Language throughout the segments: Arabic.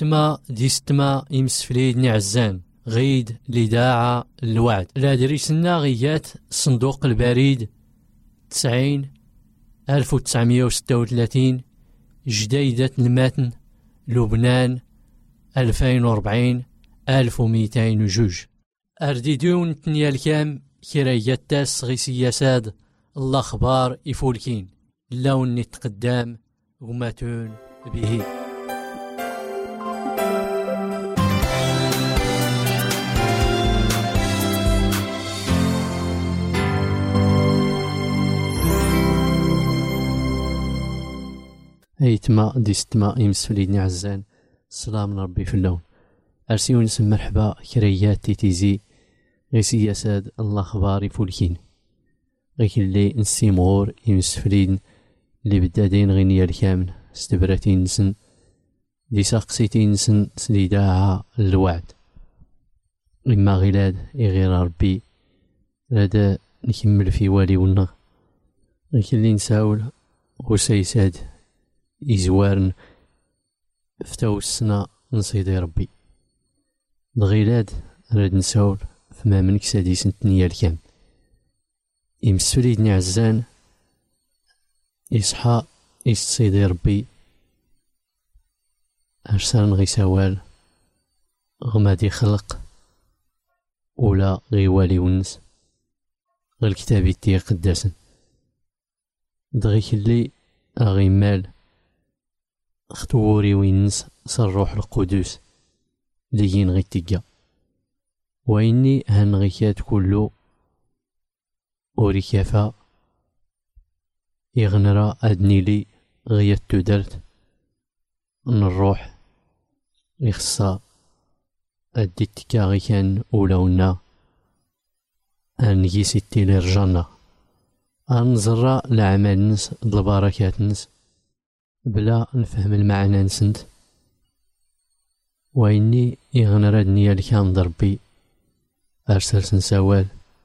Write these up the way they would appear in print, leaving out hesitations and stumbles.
ايتما ديستما يمسفليد نعزان غيد لداعة الوعد لا دريسنا غيات صندوق البريد 90-1936 جديدة المتن لبنان 2040-1202 أرديدون تنيا الكام كرايات تاس غي سياساد الأخبار يفولكين اللون نتقدام وماتون به ايتما ديستما يمسفليدني عزان السلام من ربي في اللون ارسيون نسم مرحبا كريات تيتيزي غي سياساد الاخبار يفولكين غيك اللي نسيمغور يمسفليدن اللي بدادين غينيا الكامل استبراتين نسن دي ساقسيتين نسن سليداعة الوعد إما غلاد غير ربي هذا نكمل في والي ونغ غيك اللي نساول وسيساد يزوارن فتاو السنة نصيدي ربي الغلاد راد نساول فما منك سادي سنتنيا الكام يمسفليدني عزان يصحى يستصيدي ربي أرسان غي سوال غمادي خلق ولا غي والي ونس غي الكتابي تي قداسن دغيك اللي أغي مال اختوري وينس صروح القدوس لين غي تيجا وإني هنغيكات كله أوريكافا يغنرا أدني لي غيات تدرت نروح يخصى أدي التكاغي كان أولونا أنجي ستي لرجانا أنزرى العمل نس البركات نس بلا نفهم المعنى نسنت وإني يغنرا دنيا لكان ضربي أرسل سنسوال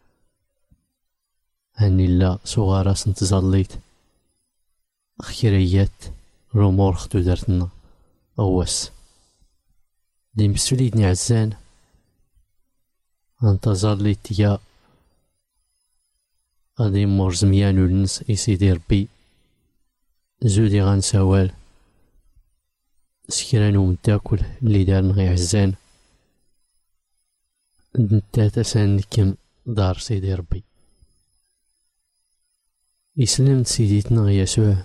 هني لا صغارة سنتزليت خيريات الأمور ختو دارتنا أواس دي مسوليدني عزان انتظليت تيا غادي مور زميانو النس يسيدي ربي زودي غنسوال سكرانو من تاكل اللي دارن غي عزان نتا تسانكم دار سيدي ربي يسلم سيديتنا يسوع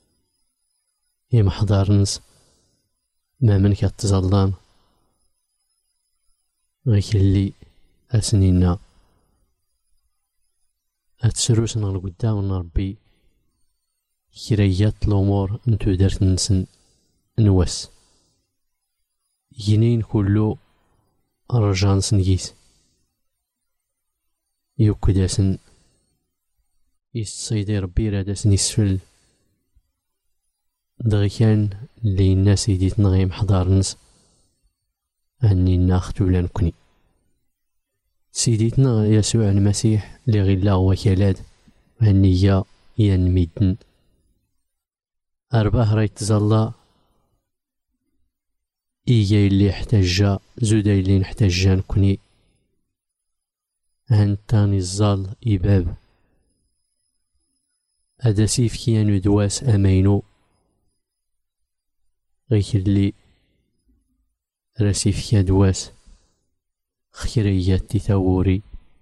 يمحضر نس ما منك تظلام غيك اللي أسنينا أتسروسنا لقدام ربي كريات الأمور نتو دارت نسن نواس ينين كلو رجان سنجيس يوكداسن يستصيدي ربي راداسن يسفل دغي كان اللي الناس يديتنا غيم حضار نس أني ناختو لنكني سيديتنا يسوع المسيح اللي غيلا وكالاد هنيا ينميدن أرباه رايت تزلا إيجا اللي احتاجا زودا اللي نحتاجا نكوني هنتاني الزال إباب هذا سيف كيانو دواس أمينو غيك اللي راسيف كيا دواس خيريات تثوري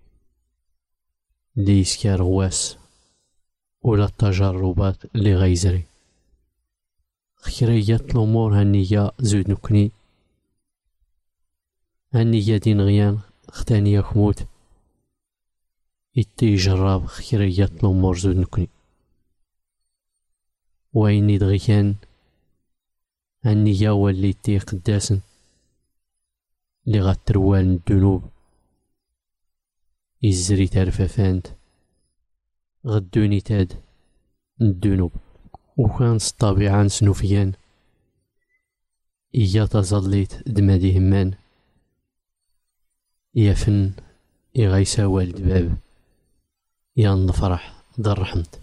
ليس كارواس ولا التجربات اللي غيزري خيريات الأمور هنيا زود نكني هنيا دين غيان ختانيا كموت إتي جراب خيريات الأمور زود نكني وإني دغي كان هنيا واللي تي قداسن اللي غتروال الذنوب يزري ترفافانت غدوني تاد الذنوب وكان الطبيعة سنوفيان إيا تظليت دمادي همان يا فن إغيسا والد باب يا نفرح دار رحمت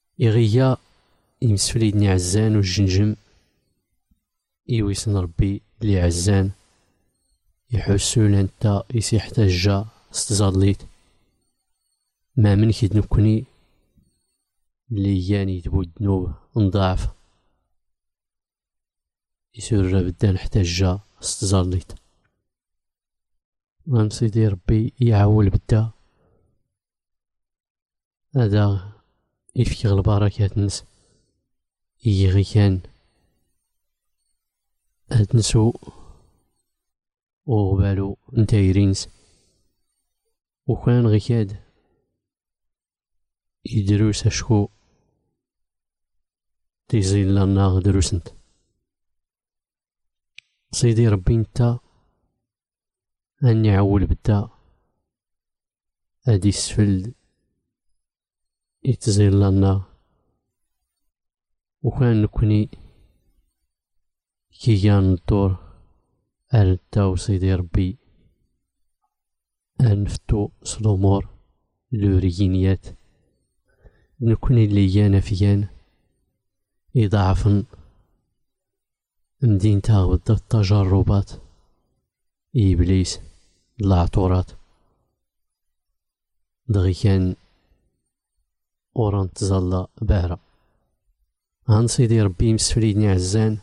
إغيا يمسفليدني عزان والجنجم إيويسن ربي اللي عزان يحسو لانتا يحتاج استزادليت ما من كيد نكوني اللي ياني تبو الذنوب نضاعف يسور بدا نحتاج استزادليت. غان سيدي ربي يعول بدا هذا يفكي البركات نس يغي كان هاد نسو وغبالو نتايرينس وكان غيكاد يدروس اشكو تيزيل لنا دروسنت. سيدي ربي نتا اني عول بدا هادي السفل يتزيل لنا وكان نكوني كي كان الدور أرداو سيدي ربي أنفتو سلومور لوريينيات نكوني اللي يانا فيان يضاعفن مدين تاغبط التجربات إبليس العطورات دغي كان أوران تزالا بهرة. هان سيدي ربي مسفليدني عزان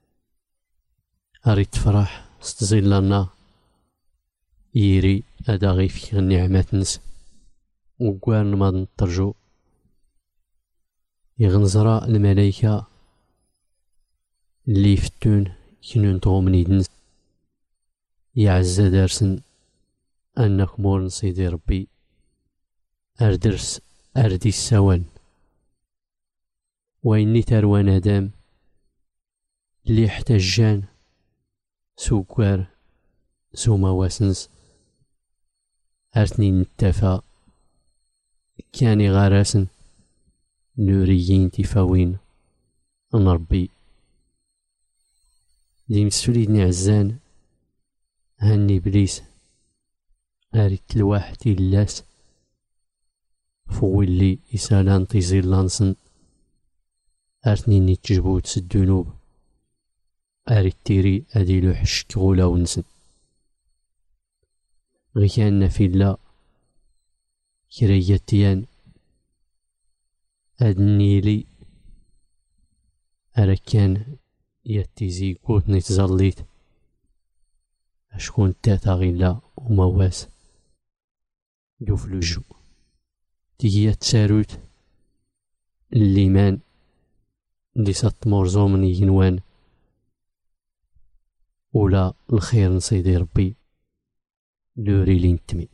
أريد تفرح ستزيل لنا يري هذا غيفك النعمات نس وقوان ما نترجو يغنزرا الملايكة اللي يفتون كنو نتغو من يدنس يعزى دارسن أنك مورن سيدي ربي أردرس أردي السوان وإني تروان آدم اللي يحتاجان سوكوار سوما واسنس أرتني نتفا كاني غارسن نوريين تفاوين نربي دي مسفليدني عزان هاني بليس أريت الواحد اللاس فويلي إسالان تيزيل لانسن أرتني نتجبو تسدونوب أريت تيري أدي لوحش كغولا ونسن غيكان في الله كرياتيان أدنيلي أركان يتيزي كوت نتزليت أشكون تاتا غيلا ومواس دوفلوجو تيجي تساروت الليمان اللي سات مرزو من ينوان ولا الخير نصيدي ربي لوري لينتمي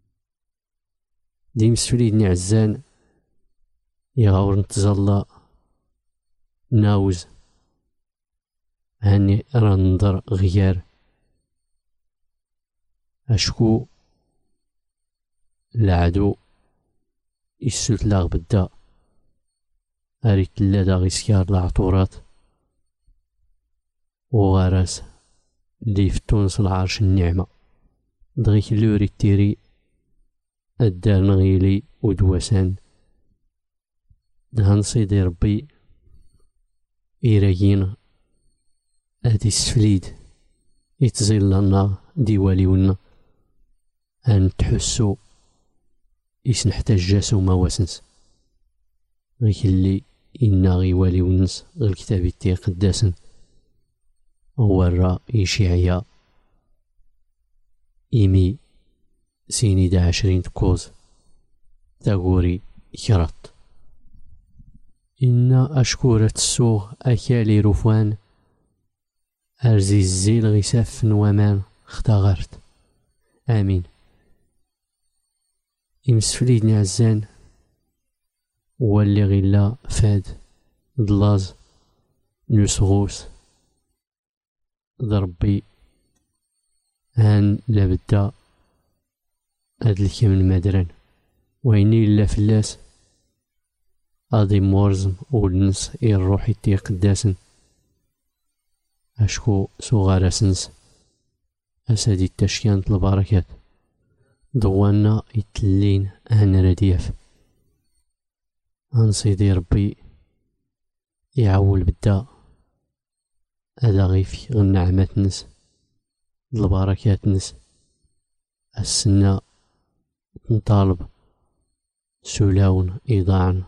دي مسفليدني عزان يغاور نتزلا ناوز هاني رندر غيار أشكو العدو يسوت لاغ بدا أريت لادا غيسكار العطورات وغارس اللي فتونس العرش النعمة دغيك لوري تيري الدار نغيلي ودوسان دهان سيدي ربي إيرايين هادي السفليد يتزيل لنا ديواليونا أن تحسو يسنحتاج جاسو ما واسنس غيك اللي إنا غيوالي ونس غير كتابي تي قداسن هو الرا يشيعيا إيمي سيني 20 تكوز تاغوري كرات إنا أشكورة السوغ أكالي رفوان أرزي الزيل غيساف ومان اختغرت آمين. يمسفليدني عزان واللي غيلا فاد دلاز نسغوس ضربي هان لابدا هاد الكامل مدران ويني إلا فلاس غادي مورزم والنس الروحي تي قداسن أشكو صغار سنس أسادي التشكيان البركات ضوانا يتلين هن رديف هان سيدي ربي يعول بدا هذا غيفي غنعمات نس البركات نس السنة نطالب سولاون إيضاعا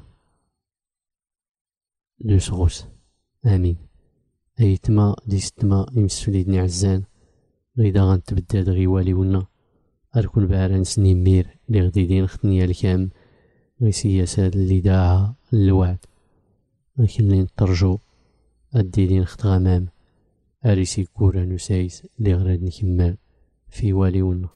لسغوس. آمين. أيتما دي ستما يمسفليدني عزان غيدا غنتبداد غيوالي ونا أركون بعران سنين مير لغديدين ختنيا الكام غي سياسات اللي داعها الوعد غيكلي نترجو الديدين خت غمام أريسي كورا نسايس اللي غراد نكمل في والي ونا.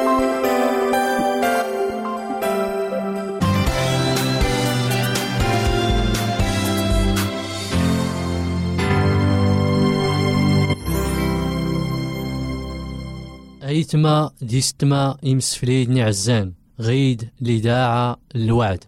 أيتما دي ستما يمسفليدني عزان غيد لداعة الوعد.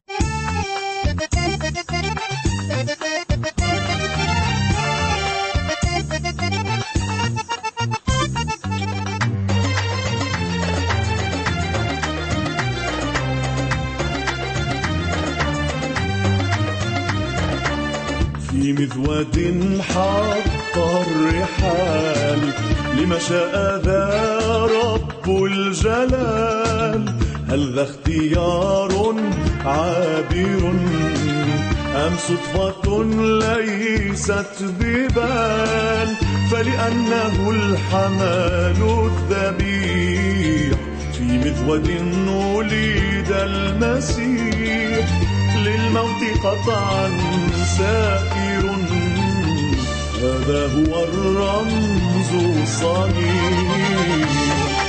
في مذود حط الرحال لما شاء ذا رب الجلال. هل ذا اختيار عابر أم صدفة ليست ببال؟ فلأنه الحمال الذبيح في مذود ولد المسيح للموت قطعا سائر. هذا هو الرمز الصحيح.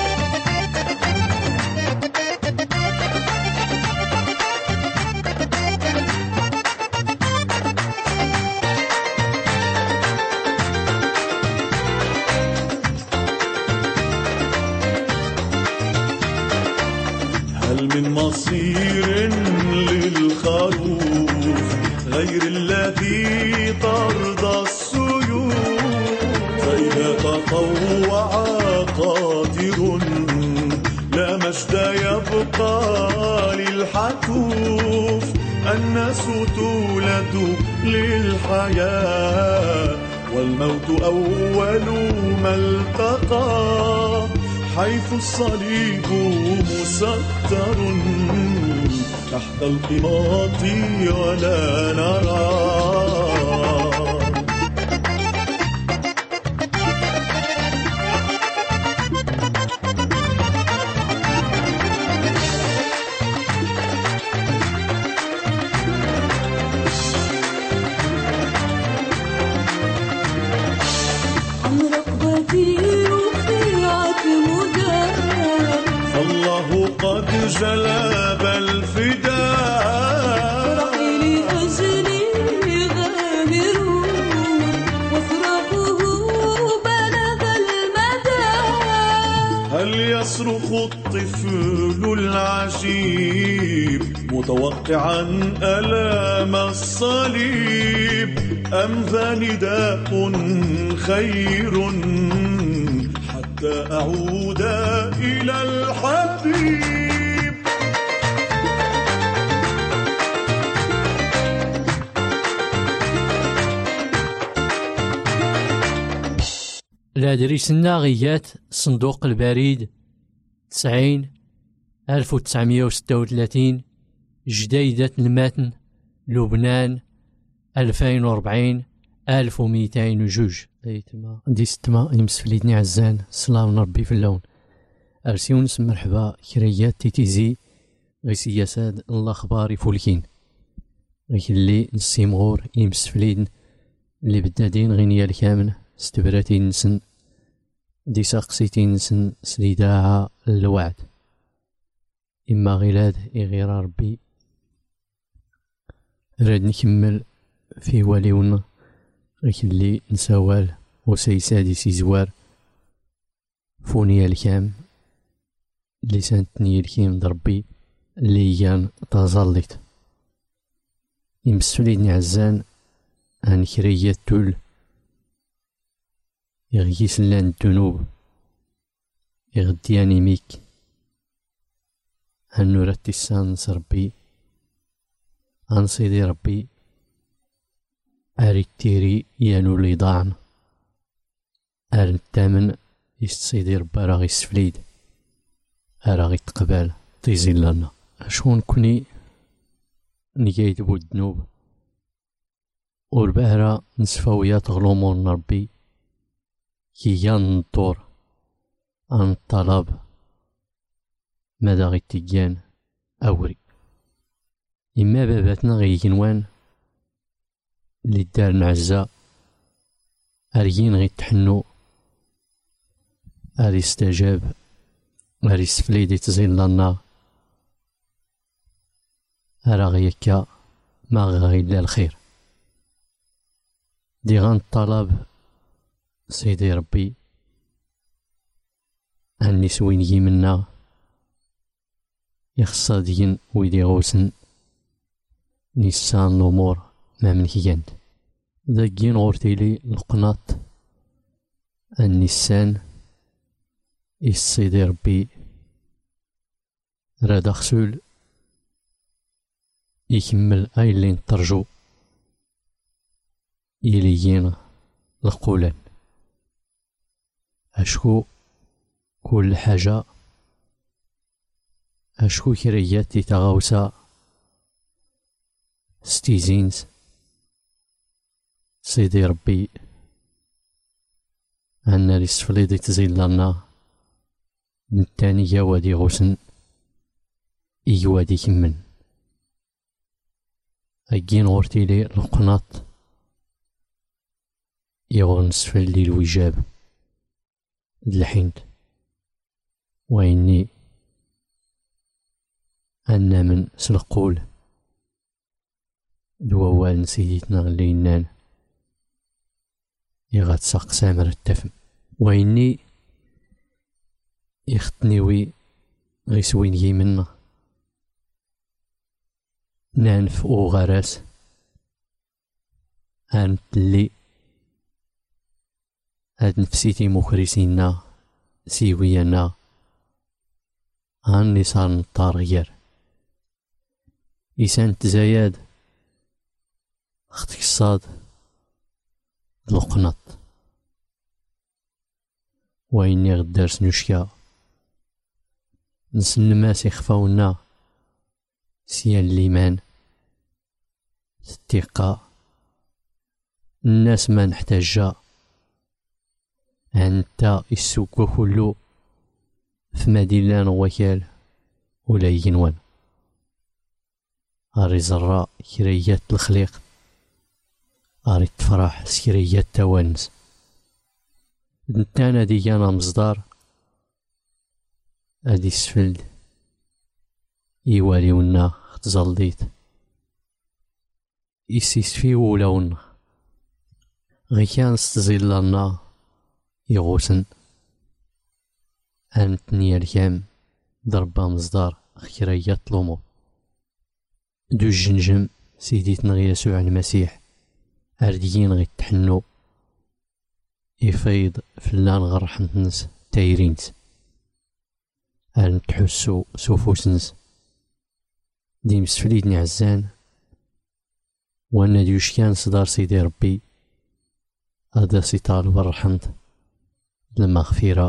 هل من مصير للخروف غير الذي طرد السيوف؟ فإذا تطوع قادر لا مجد يبقى للحتوف. الناس تولد للحياة والموت أول ما التقى. حيث الصليب مسطر تحت القماط ولا نرى. قد جلب الفداء رحيل أجلي غامرون وصراخه بلغ المدى. هل يصرخ الطفل العجيب متوقعا ألام الصليب؟ أم ذا نداء خير حتى أعود إلى الحبيب؟ الأدريسنا غيات صندوق البريد 90-1936 جديدة المتن لبنان 2040-1202. أيتما دي ستما يمسفليدني عزان سلام ربي في اللون. أرسيون نسم مرحبا كريات تيتيزي غي سياسات الأخبار يفولكين غي اللي نسيمغور يمسفليدن اللي بدادين غينيا الكامن استبراتي نسن دي ساقسيتي نسن سليداعة الوعد. إما غيلاد غير ربي راد نكمل في واليون غيك اللي نسوال وسيسادي سيزوار فونيا الكام لسان تنيركيم دربي اللي يان تظلت يمسفليدني عزان عن كريات تول يغيس لان الذنوب يغدياني ميك عن نورتي السانس ربي عن صيدي ربي أريتيري يانو لي ضاعن أرن التامن يستصيدي ربي راه يستفليد راه يتقبل تيزين لنا شكون كوني نجايد بو الذنوب وربعرا نسفاويات غلومون ربي كي نطور عن الطلب ماذا غيتيان أوري إما باباتنا غيكنوان اللي دار نعزة أريين غيتحنو أري استجاب أري استفليدي تزين لنا أرا غيكا ما غيلا الخير دي غان الطلب سيدي ربي أني سويني منا يخصى دين ويدي غوسن نيسان الأمور ما من كيانت ذاكين غورتيلي القناط النسان يسيدي ربي راه خسول يكمل أي اللي نترجو يليين القولان أشكو كل حاجة أشكو كريات تغاوسا ستيزينز سيدي ربي أنا لسفليدي تزيل لنا نتاني يوادي غوسن إيوادي كمن أجين غورتيلي القناط يغون سفلي الوجاب الحينت وإني أنا من سلقول دووال نسيتنا غلينان يغات ساق سامر التفم وإني يختنيوي غيسوين يمنا نانف أو غراس أنت اللي هاد نفسيتي مخرسينا سيوينا هاني صار نطار غير إسان تزايد اختك الصاد القنط وإني غدارس نشكا نسن ماس يخفاونا سيان الليمان الثقة الناس ما نحتاجها أنت السوق كله في مدينة وكال ولا ينوان أري زراء كريات الخليق أري تفرح سكريات توانس نتانا ديانا مصدر أدي سفلد يواليونا ختزلديت يسيسفي ولاونا غي كان ستزيلنا يغوسن أنتني الكام ضربة مصدر خيريات لومو دو الجنجم سيديتنا يسوع المسيح أرديين غي تحنو يفيض فلان غرحنتنس تايرينت أن تحسو سوفوسنس ديم سفليدني عزان وانا ديوش كان صدار سيدي ربي هذا سيطال ورحمت المغفرة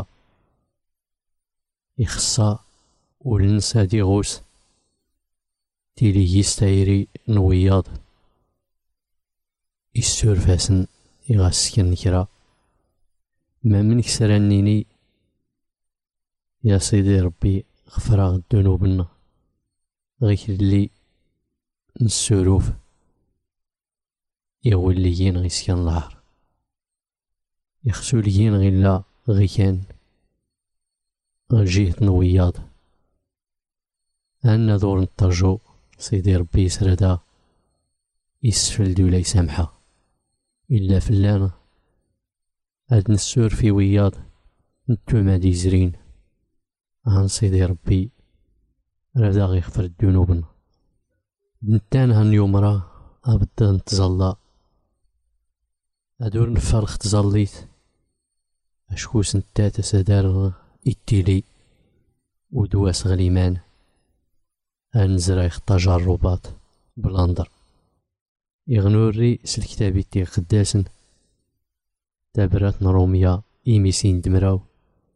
يخصى ولنسى دي غوس تيلي يستايري نوياض يسورفاسن يغاسكن كرا ما من كسرانيني يا سيدي ربي غفراغ ذنوبنا غير اللي نسوروف يوليين غيسكن العار يخسوليين غيلا غيكان غجيت نوياض أنا دور نترجو سيدي ربي يسردا يسفل دولا يسامحا إلا فلانا هاد نسور في وياض نتوما دي زرين عن سيدي ربي ردا غيغفر الذنوبنا نتان هاليوم راه أبدا نتزلا أدور نفرخ تزليت أشكو سنتات سدار إتيلي ودواس غليمان أنزرا يختاج الرباط بلاندر يغنوري سلكتابيتي قداسن تابرات نروميا إيميسين دمراو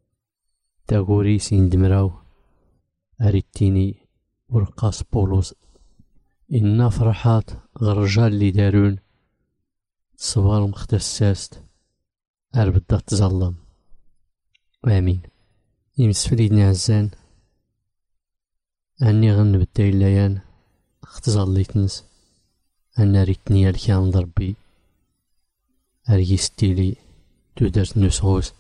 تاغوري سيندمراو أريتيني ورقاص بولوس إنا فرحات غرجال اللي دارون صبار مختساست أربدا تظلم. آمين. يمسفليدني عزان أني غنبدا إلايان اختزليتنس أنا ريتني الكان ضربي أريستيلي تودرت نسغوس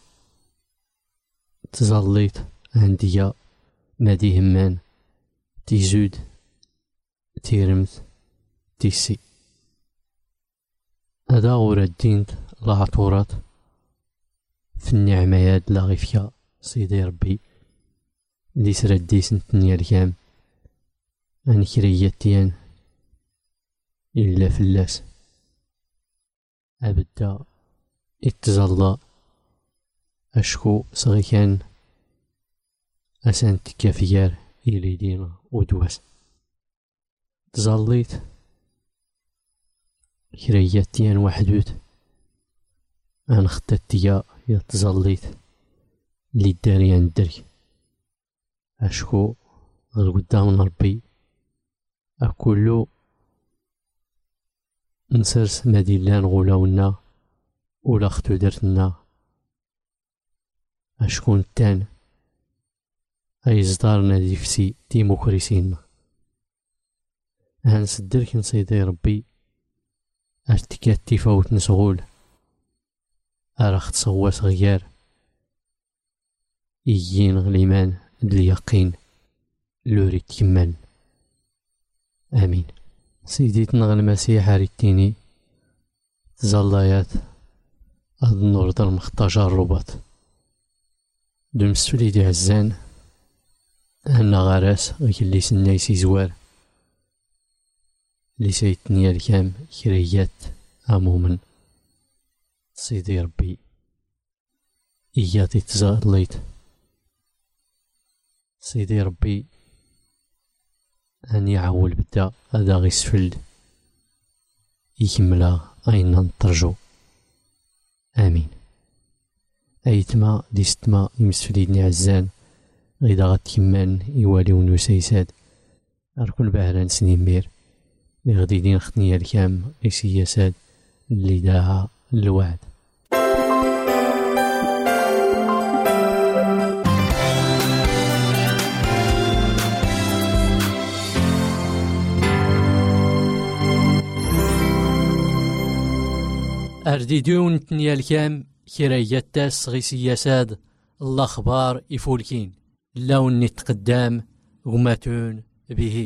تظليت عندي مادي همان تيزود تيرمت تيسي هذا غور الدين العطورات في النعميات لا غيفيا سيدي ربي اللي سردي سنتني الكام أن كرياتيان إلا فلاس أبدا اتزلا أشكو صغيكان أسان تكافيار إلي دينا ودواس تزليت كرياتيان وحدوت أنا خطتيا يتزليت اللي داري عندرك أشكو غير قدام ربي أكلو نسرس مديلان غولاونا ولا ختو درتنا أشكون تان أي زدارنا ديفسي ديموكريسينا هنسدرك نصيدي ربي ارتكات تفوت نسغول أرخت صواس غيار إيين غليمان اليقين لوريت كمان. آمين. سيديتنا المسيح ريتيني تزلايات النور در مختاجة الرباط دمستولي دي عزان أنا غراس اللي سنايسي زوار اللي سيتني الكام كريات أمومن سيدي ربي إياتي تزاليت سيدي ربي أني عاول بدا هذا غيسفل يكملا أين نترجو. آمين. أيتما ديستما يمسفليدني عزان غيدا غتكمان يوالي ونوسيساد أركن بهران سنيمير لغدي دين ختنيا الكام إسياساد اللي داها الوعد. أرديدون تنيا الكام كرايات تاس غي سياساد الأخبار يفولكين اللون نتقدام غماتون به.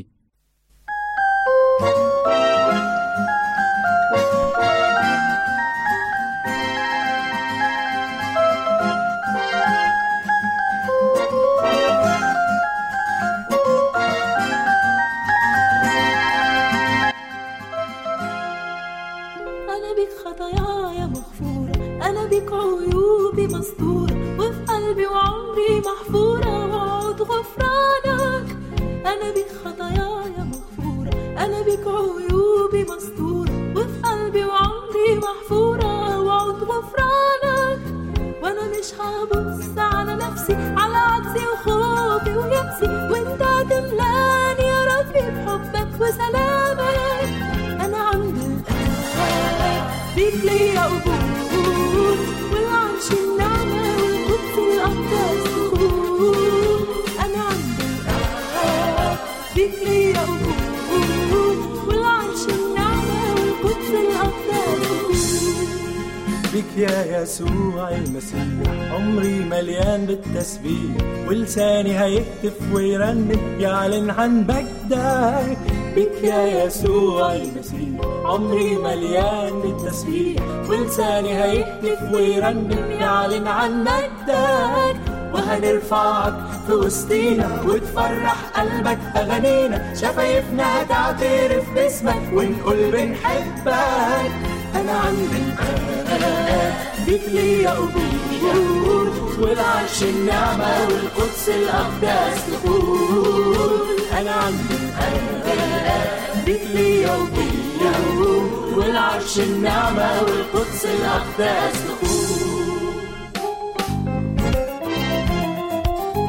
أنا بك خطاياي مغفورة، أنا بك عيوبي مستورة، وفي قلبي وعمري محفورة وعود غفرانك. أنا بك خطاياي مغفورة، أنا بك عيوبي مستورة، وفي قلبي وعمري محفورة وعود غفرانك. وأنا مش هبص على نفسي، على عجزي وخوفي ويأسي، وأنت هتملاني يا ربي بحبك وسلامك. أنا عندي بيك ليا قبول، والعرش النعمة والقدس الأقداس دخول. أنا عندي بيك ليا قبول، والعرش النعمة والقدس الأقداس دخول. بك يا يسوع المسيح عمري مليان بالتسبيح، ولساني هيهتف ويرنم يعلن عن مجدك. بك يا يسوع المسيح عمري مليان بالتسبيح، ولساني هيهتف ويرنم يعلن عن مجدك. وهنرفعك في وسطينا وتفرح قلبك أغانينا، شفايفنا هتعترف باسمك ونقول بنحبك. أنا عندي بك ليا قبول، والعرش النعمة والقدس الأقداس دخول. أنا عندي بك ليا قبول، والعرش النعمة والقدس الأقداس دخول.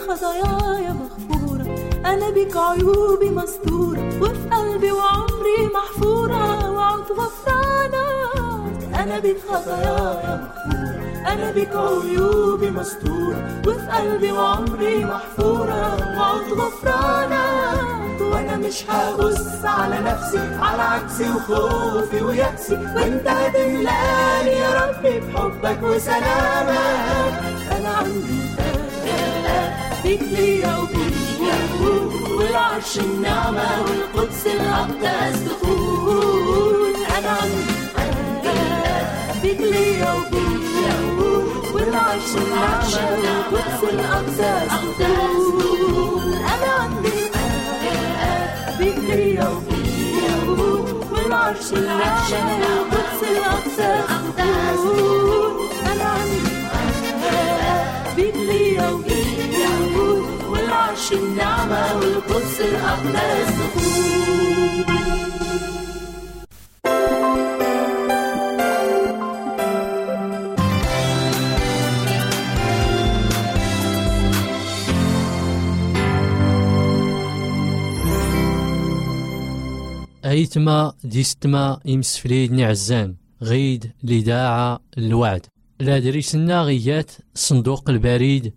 خطاياي مغفورة، أنا بك عيوبي مستورة، وفي قلبي وعمري محفورة وعد غفرانك. أنا بك خطاياي مغفورة، أنا بك عيوبي مستورة، وفي قلبي وعمري محفورة وعد غفرانك. وأنا مش هبص على نفسي، على عكسي وخوفي ويأسي، وأنت هتملاني يا ربي بحبك وسلامك. أنا عندي بيك ليا وبيا، والعرش النعمة والقدس الأقدس دخول. أنا عندي بيك ليا وبيا، والعرش النعمة والقدس الأقدس دخول. أنا عندي بيك ليا وبيا، والعرش النعمة والقدس الأقدس دخول. أنا عندي بيك ليا وبيا، والعرش النعمة والقدس الأقدس دخول. أيتما ديستما إمسفليدني عزان غيد لداعة الوعد. الأدريسنا غيات صندوق البريد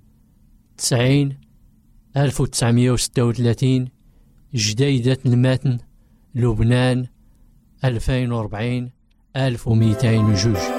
90-1936 جديدة المتن لبنان 2040-1202.